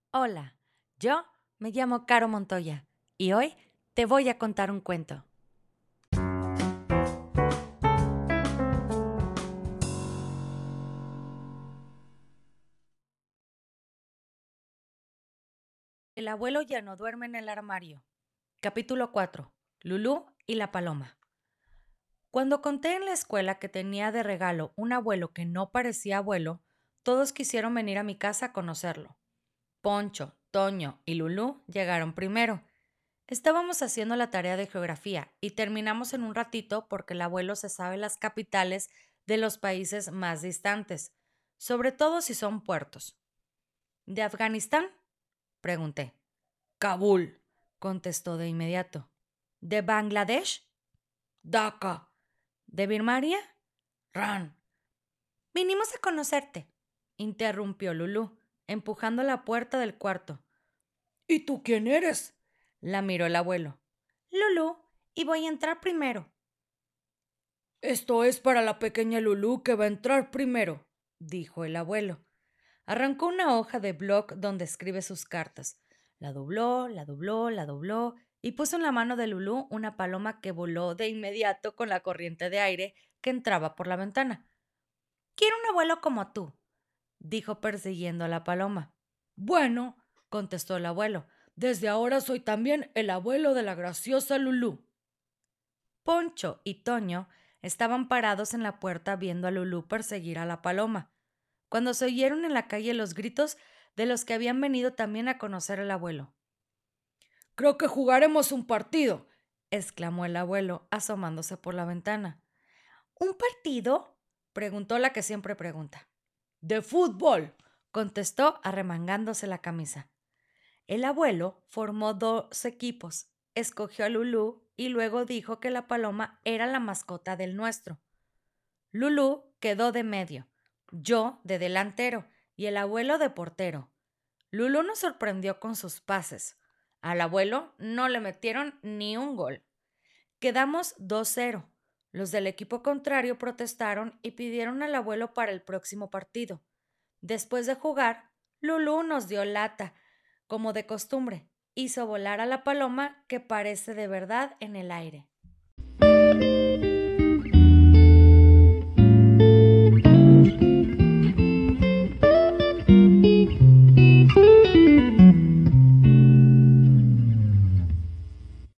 Hola, yo me llamo Caro Montoya y hoy te voy a contar un cuento. El abuelo ya no duerme en el armario. Capítulo 4. Lulú y la paloma. Cuando conté en la escuela que tenía de regalo un abuelo que no parecía abuelo, todos quisieron venir a mi casa a conocerlo. Poncho, Toño y Lulú llegaron primero. Estábamos haciendo la tarea de geografía y terminamos en un ratito porque el abuelo se sabe las capitales de los países más distantes, sobre todo si son puertos. ¿De Afganistán? Pregunté. Kabul, contestó de inmediato. ¿De Bangladesh? Dhaka. ¿De Birmania? Ran. Vinimos a conocerte, interrumpió Lulú, empujando la puerta del cuarto. ¿Y tú quién eres? La miró el abuelo. Lulú, y voy a entrar primero. Esto es para la pequeña Lulú que va a entrar primero, dijo el abuelo. Arrancó una hoja de bloc donde escribe sus cartas. La dobló, la dobló, la dobló y puso en la mano de Lulú una paloma que voló de inmediato con la corriente de aire que entraba por la ventana. Quiero un abuelo como tú, dijo persiguiendo a la paloma. Bueno, contestó el abuelo, desde ahora soy también el abuelo de la graciosa Lulú. Poncho y Toño estaban parados en la puerta viendo a Lulú perseguir a la paloma, cuando se oyeron en la calle los gritos de los que habían venido también a conocer al abuelo. Creo que jugaremos un partido, exclamó el abuelo, asomándose por la ventana. ¿Un partido? Preguntó la que siempre pregunta. De fútbol, contestó arremangándose la camisa. El abuelo formó dos equipos, escogió a Lulú y luego dijo que la paloma era la mascota del nuestro. Lulú quedó de medio, yo de delantero y el abuelo de portero. Lulú nos sorprendió con sus pases. Al abuelo no le metieron ni un gol. Quedamos 2-0. Los del equipo contrario protestaron y pidieron al abuelo para el próximo partido. Después de jugar, Lulú nos dio lata, como de costumbre. Hizo volar a la paloma que parece de verdad en el aire.